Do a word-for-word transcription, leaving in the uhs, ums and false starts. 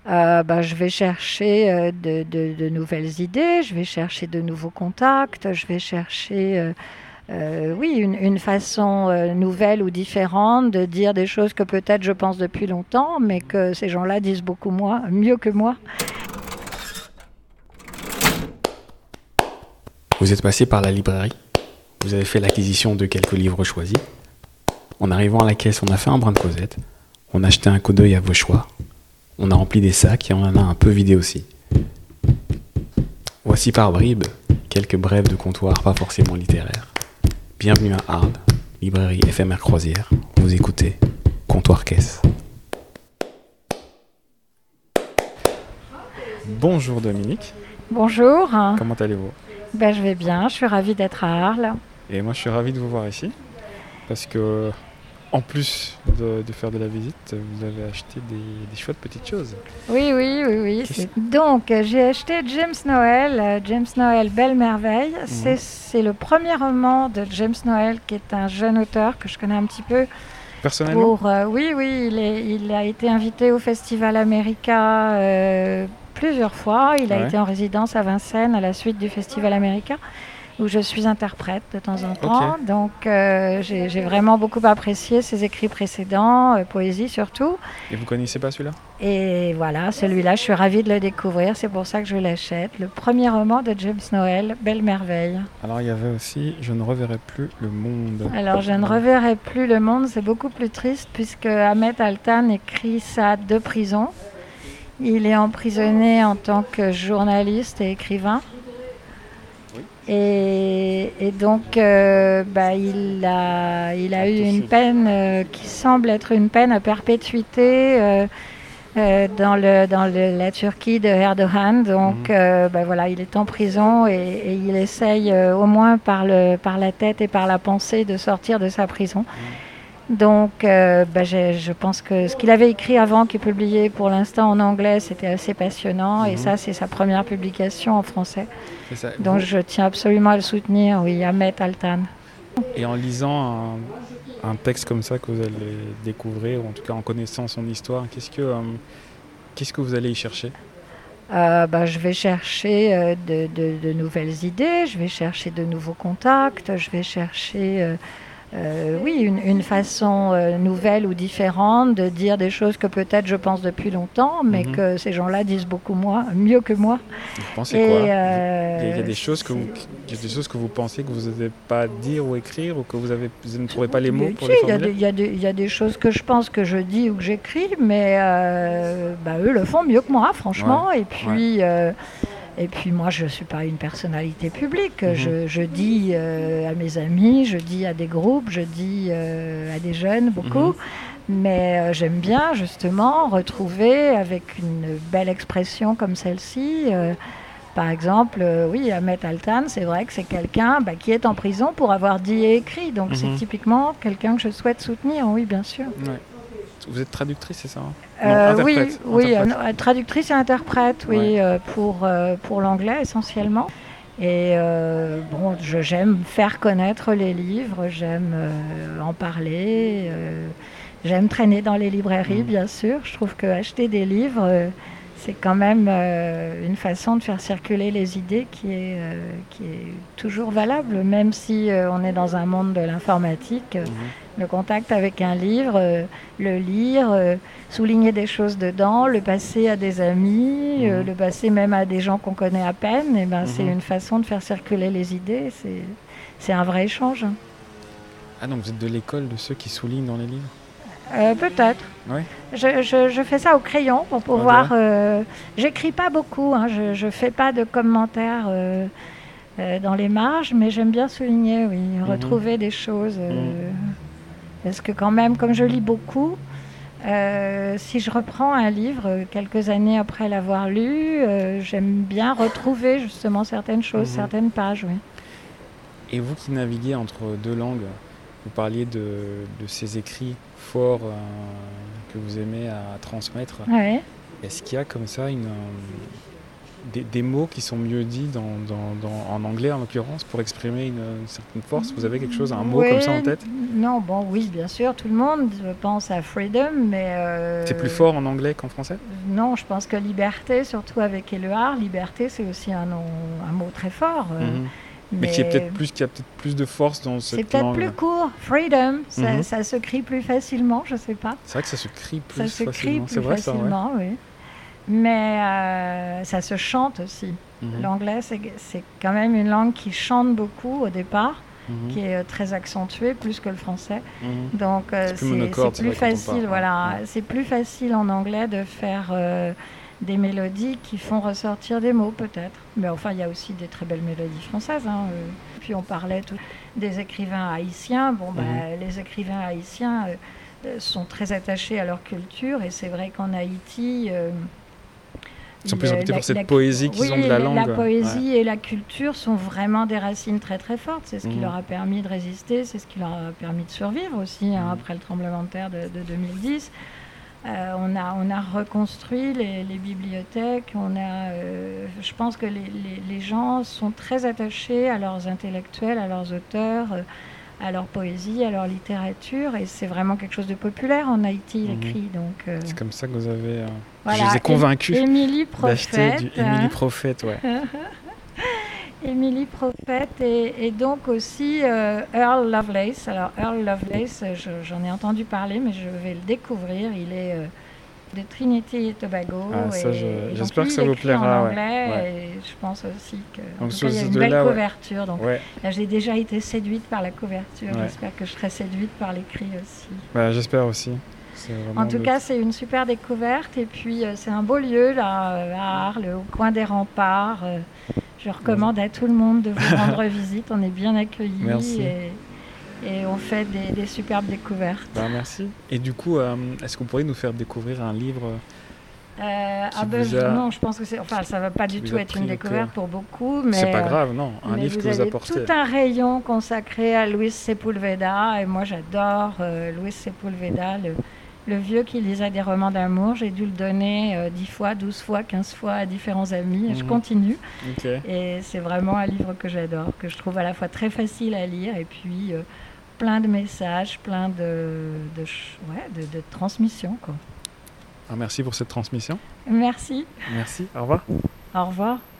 Euh, bah, je vais chercher euh, de, de- de nouvelles idées, je vais chercher de nouveaux contacts, je vais chercher, euh, euh, oui, une, une façon euh, nouvelle ou différente de dire des choses que peut-être je pense depuis longtemps, mais que ces gens-là disent beaucoup moins, mieux que moi. Vous êtes passé par la librairie, vous avez fait l'acquisition de quelques livres choisis. En arrivant à la caisse, on a fait un brin de causette, on a jeté un coup d'œil à vos choix, on a rempli des sacs et on en a un peu vidé aussi. Voici par bribes quelques brèves de comptoir pas forcément littéraires. Bienvenue à Arles, librairie éphémère croisière. Vous écoutez Comptoir Caisse. Bonjour Dominique, Bonjour, comment allez-vous? ben, je vais bien, je suis ravie d'être à Arles. Et moi je suis ravi de vous voir ici, parce que en plus de, de faire de la visite, vous avez acheté des, des chouettes petites choses. Oui, oui, oui, oui. Qu'est-ce- c'est- Donc, euh, j'ai acheté James Noel, euh, James Noel, Belle Merveille. C'est Mhm. c'est le premier roman de James Noel, qui est un jeune auteur que je connais un petit peu. Personnellement? Pour, euh, oui, oui, il, est- il a été invité au Festival America euh, plusieurs fois. Il a Ouais. été en résidence à Vincennes à la suite du Festival America, où je suis interprète de temps en Ok. temps. Donc, euh, j'ai j'ai vraiment beaucoup apprécié ses écrits précédents, euh, poésie surtout. Et vous connaissez pas celui-là? Et voilà, celui-là, je suis ravie de le découvrir. C'est pour ça que je l'achète. Le premier roman de James Noel, Belle Merveille. Alors il y avait aussi Je ne reverrai plus le monde. Alors, je ne reverrai plus le monde. C'est beaucoup plus triste puisque Ahmet Altan écrit ça de prison. Il est emprisonné en tant que journaliste et écrivain. Oui. Et, et donc, euh, bah, il a, il a eu une peine euh, qui semble être une peine à perpétuité euh, euh, dans, le, dans le- la Turquie de Erdogan. Donc, Mhm. euh, bah, voilà, il est en prison et, et il essaye euh, au moins par, le, par la tête et par la pensée de sortir de sa prison. Donc, euh, bah, j'ai- je pense que ce qu'il avait écrit avant, qui est publié pour l'instant en anglais, c'était assez passionnant. Et Mhm. ça, c'est sa première publication en français. C'est ça. Donc, Vous- je tiens absolument à le soutenir, oui, Ahmet Altan. Et en lisant un, un texte comme ça que vous allez découvrir, ou en tout cas en connaissant son histoire, qu'est-ce que, euh, qu'est-ce que vous allez y chercher? Euh, bah, je vais chercher euh, de, de- de nouvelles idées, je vais chercher de nouveaux contacts, je vais chercher euh, euh, oui, une, une façon euh, nouvelle ou différente de dire des choses que peut-être je pense depuis longtemps, mais Mhm. que ces gens-là disent beaucoup moins, mieux que moi. Vous pensez Et, quoi? euh, Il y a- il y a des choses que vous, c'est- il y a des choses que vous pensez que vous n'osez pas dire ou écrire, ou que vous, avez, vous ne trouvez pas les mots Mais pour si, les il y, a formuler? des- il y a des- il y a des choses que je pense que je dis ou que j'écris, mais euh, bah, eux le font mieux que moi, franchement. Et puis, euh, et puis moi, je ne suis pas une personnalité publique. Mhm. Je, je dis euh, à mes amis, je dis à des groupes, je dis euh, à des jeunes beaucoup. Mhm. Mais euh, j'aime bien justement retrouver avec une belle expression comme celle-ci. euh, par exemple, euh, oui, Ahmet Altan, c'est vrai que c'est quelqu'un bah, qui est en prison pour avoir dit et écrit. Donc c'est Mhm. typiquement quelqu'un que je souhaite soutenir, oui, bien sûr. Ouais. Vous êtes traductrice, c'est ça, hein? Euh, Non, oui, interprète. oui, interprète. euh, traductrice et interprète, oui, Ouais. euh, pour, euh, pour l'anglais essentiellement. Et euh, bon, je- j'aime faire connaître les livres, j'aime euh, en parler, euh, j'aime traîner dans les librairies, Mhm. bien sûr. Je trouve que acheter des livres, euh, c'est quand même euh, une façon de faire circuler les idées qui est, euh, qui est toujours valable, même si euh, on est dans un monde de l'informatique. euh, Mhm. Le contact avec un livre, euh, le lire, euh, souligner des choses dedans, le passer à des amis, euh, Mhm. le passer même à des gens qu'on connaît à peine, et ben, c'est Mhm. une façon de faire circuler les idées. C'est, c'est un vrai échange. Ah, donc vous êtes de l'école de ceux qui soulignent dans les livres? Euh, peut-être. Oui. Je, je- je fais ça au crayon pour pouvoir. euh, j'écris pas beaucoup, hein, je, je fais pas de commentaires euh, euh, dans les marges, mais j'aime bien souligner, oui, retrouver des choses. euh, Parce que quand même, comme je lis beaucoup, euh, si je reprends un livre euh, quelques années après l'avoir lu, euh, j'aime bien retrouver justement certaines choses, Mhm. certaines pages, oui. Et vous qui naviguez entre deux langues, vous parliez de, de ces écrits forts euh, que vous aimez à transmettre. Ouais. Est-ce qu'il y a comme ça une, euh, des, des mots qui sont mieux dits dans, dans, dans, en anglais, en l'occurrence, pour exprimer une, une certaine force? Vous avez quelque chose, un mot oui, comme ça en tête? Non, bon, oui, bien sûr, tout le monde pense à freedom, mais... Euh, c'est plus fort en anglais qu'en français? Non, je pense que liberté, surtout avec Éluard, liberté, c'est aussi un, nom, un mot très fort. Euh, mm-hmm. Mais, mais qui, est peut-être plus, qui a peut-être plus de force dans cette langue. C'est peut-être plus court. Freedom, ça, mm-hmm. ça se crie plus facilement, je sais pas. C'est vrai que ça se crie plus ça se facilement. Crie plus vrai, facilement, ça, ouais. oui. Mais euh, ça se chante aussi. Mm-hmm. L'anglais, c'est, c'est quand même une langue qui chante beaucoup au départ, mm-hmm. qui est très accentuée, plus que le français. Mm-hmm. Donc euh, c'est, c'est, c'est plus facile. Voilà, ouais. C'est plus facile en anglais de faire... Euh, des mélodies qui font ressortir des mots peut-être. Mais enfin, il y a aussi des très belles mélodies françaises. Hein. Puis on parlait tout, des écrivains haïtiens. Bon, bah, mm-hmm. les écrivains haïtiens euh, sont très attachés à leur culture et c'est vrai qu'en Haïti... Euh, Ils sont plus impliqués par cette la, poésie qu'ils oui, ont de la, la langue. La poésie ouais. et la culture sont vraiment des racines très très fortes. C'est ce mmh. qui leur a permis de résister, c'est ce qui leur a permis de survivre aussi mmh. hein, après le tremblement de terre de, de deux mille dix. Euh, on, a, on a reconstruit les, les bibliothèques, on a, euh, je pense que les, les, les gens sont très attachés à leurs intellectuels, à leurs auteurs, euh, à leur poésie, à leur littérature, et c'est vraiment quelque chose de populaire en Haïti, mmh. l'écrit. Donc, euh... c'est comme ça que vous avez, euh, voilà, je les ai convaincus Émilie Prophète, d'acheter du Émilie Prophète, ouais. Émilie Prophète et, et donc aussi euh, Earl Lovelace. Alors Earl Lovelace, je, j'en ai entendu parler, mais je vais le découvrir. Il est euh, de Trinité et Tobago. Ah, ça, et, je, et j'espère donc, que ça vous plaira. En anglais, ouais. Et je pense aussi que donc, en tout cas, il y a une belle là, couverture. Donc ouais. là, j'ai déjà été séduite par la couverture. Ouais. J'espère que je serai séduite par l'écrit aussi. Bah, j'espère aussi. En tout cas, c'est une super découverte. Et puis, euh, c'est un beau lieu là, à Arles, au coin des remparts. Euh, Je recommande à tout le monde de vous rendre visite. On est bien accueillis. Merci. Et, et on fait des, des superbes découvertes. Ben, merci. Et du coup, euh, est-ce qu'on pourrait nous faire découvrir un livre euh, ah ben, a... Non, je pense que c'est... Enfin, ça ne va pas du tout être une découverte pour beaucoup. Mais, c'est pas grave, non. Un livre vous que vous avez apportez. Tout un rayon consacré à Luis Sepulveda. Et moi, j'adore euh, Luis Sepulveda, le... Le vieux qui lisait des romans d'amour, j'ai dû le donner euh, dix fois, douze fois, quinze fois à différents amis et mmh. je continue. Okay. Et c'est vraiment un livre que j'adore, que je trouve à la fois très facile à lire et puis euh, plein de messages, plein de, de, ouais, de, de transmission, quoi. Ah, merci pour cette transmission. Merci. Merci, au revoir. Au revoir.